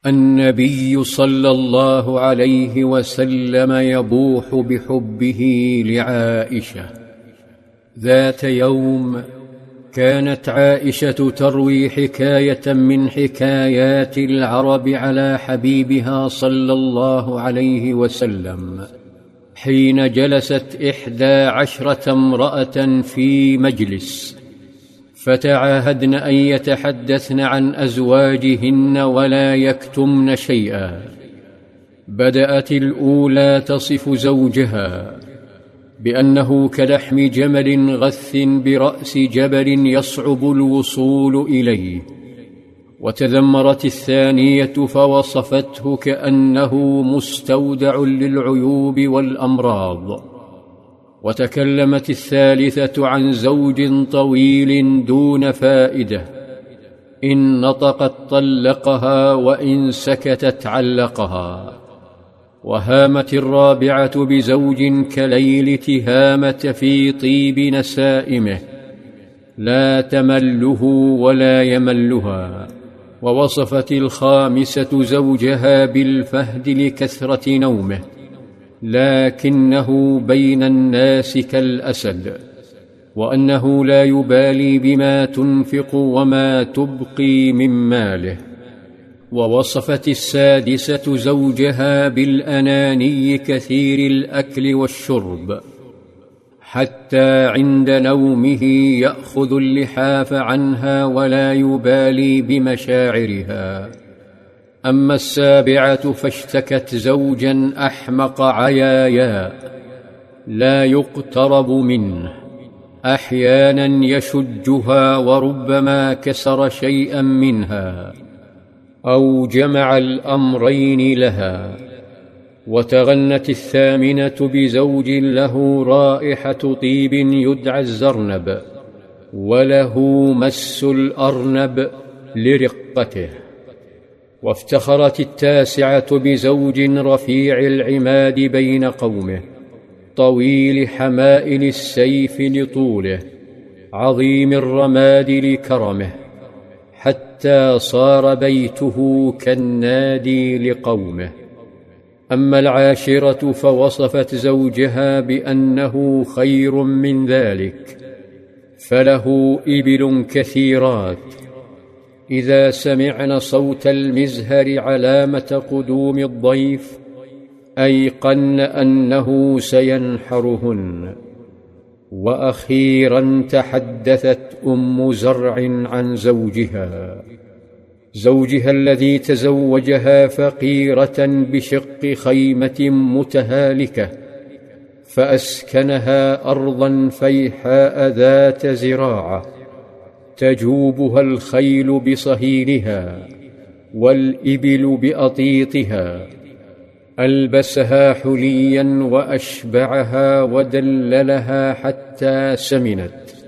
النبي صلى الله عليه وسلم يبوح بحبه لعائشة. ذات يوم كانت عائشة تروي حكاية من حكايات العرب على حبيبها صلى الله عليه وسلم، حين جلست 11 امرأة في مجلس، فتعاهدن أن يتحدثن عن أزواجهن ولا يكتمن شيئا. بدأت الأولى تصف زوجها بأنه كلحم جمل غث برأس جبل يصعب الوصول إليه، وتذمرت الثانية فوصفته كأنه مستودع للعيوب والأمراض، وتكلمت الثالثة عن زوج طويل دون فائدة، إن نطقت طلقها وإن سكتت علقها. وهامت الرابعة بزوج كليل تهامة في طيب نسائمه، لا تمله ولا يملها. ووصفت الخامسة زوجها بالفهد لكثرة نومه، لكنه بين الناس كالأسد، وأنه لا يبالي بما تنفق وما تبقي من ماله. ووصفت السادسة زوجها بالأناني كثير الأكل والشرب، حتى عند نومه يأخذ اللحاف عنها ولا يبالي بمشاعرها. أما السابعة فاشتكت زوجا أحمق عيايا لا يقترب منه، أحيانا يشجها وربما كسر شيئا منها أو جمع الأمرين لها. وتغنت الثامنة بزوج له رائحة طيب يدعى الزرنب، وله مس الأرنب لرقته. وافتخرت التاسعة بزوج رفيع العماد بين قومه، طويل حمائل السيف لطوله، عظيم الرماد لكرمه، حتى صار بيته كالنادي لقومه. أما العاشرة فوصفت زوجها بأنه خير من ذلك، فله إبل كثيرات، إذا سمعن صوت المزهر علامة قدوم الضيف أيقن أنه سينحرهن. وأخيرا تحدثت أم زرع عن زوجها الذي تزوجها فقيرة بشق خيمة متهالكة، فأسكنها أرضا فيحاء ذات زراعة تجوبها الخيل بصهيلها والإبل بأطيطها، ألبسها حليا وأشبعها ودللها حتى سمنت،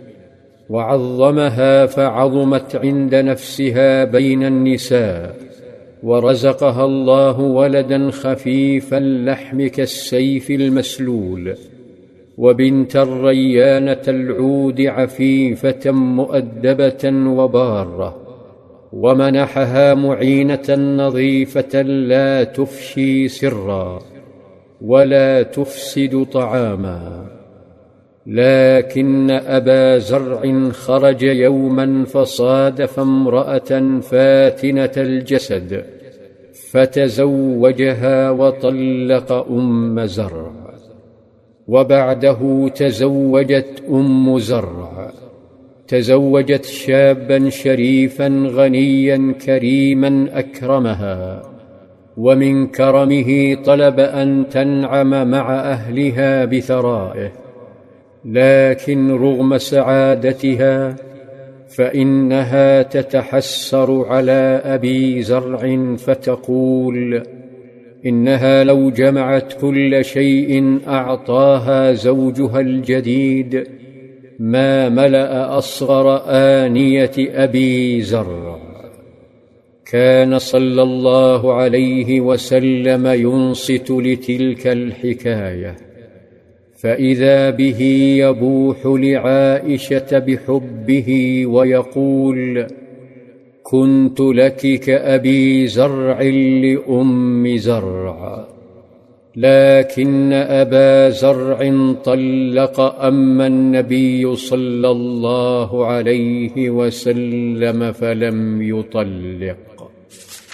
وعظمها فعظمت عند نفسها بين النساء، ورزقها الله ولدا خفيف اللحم كالسيف المسلول، وبنت الريانة العود عفيفة مؤدبة وبارة، ومنحها معينة نظيفة لا تفشي سرا ولا تفسد طعاما. لكن أبا زرع خرج يوما فصادف امرأة فاتنة الجسد، فتزوجها وطلق أم زرع. وبعده تزوجت أم زرع، تزوجت شابا شريفا غنيا كريما أكرمها، ومن كرمه طلب أن تنعم مع أهلها بثرائه، لكن رغم سعادتها فإنها تتحسر على أبي زرع فتقول إنها لو جمعت كل شيء أعطاها زوجها الجديد ما ملأ أصغر آنية أبي زرع. كان صلى الله عليه وسلم ينصت لتلك الحكاية، فإذا به يبوح لعائشة بحبه ويقول: كنت لك كأبي زرع لأم زرع، لكن أبا زرع طلق أما النبي صلى الله عليه وسلم فلم يطلق.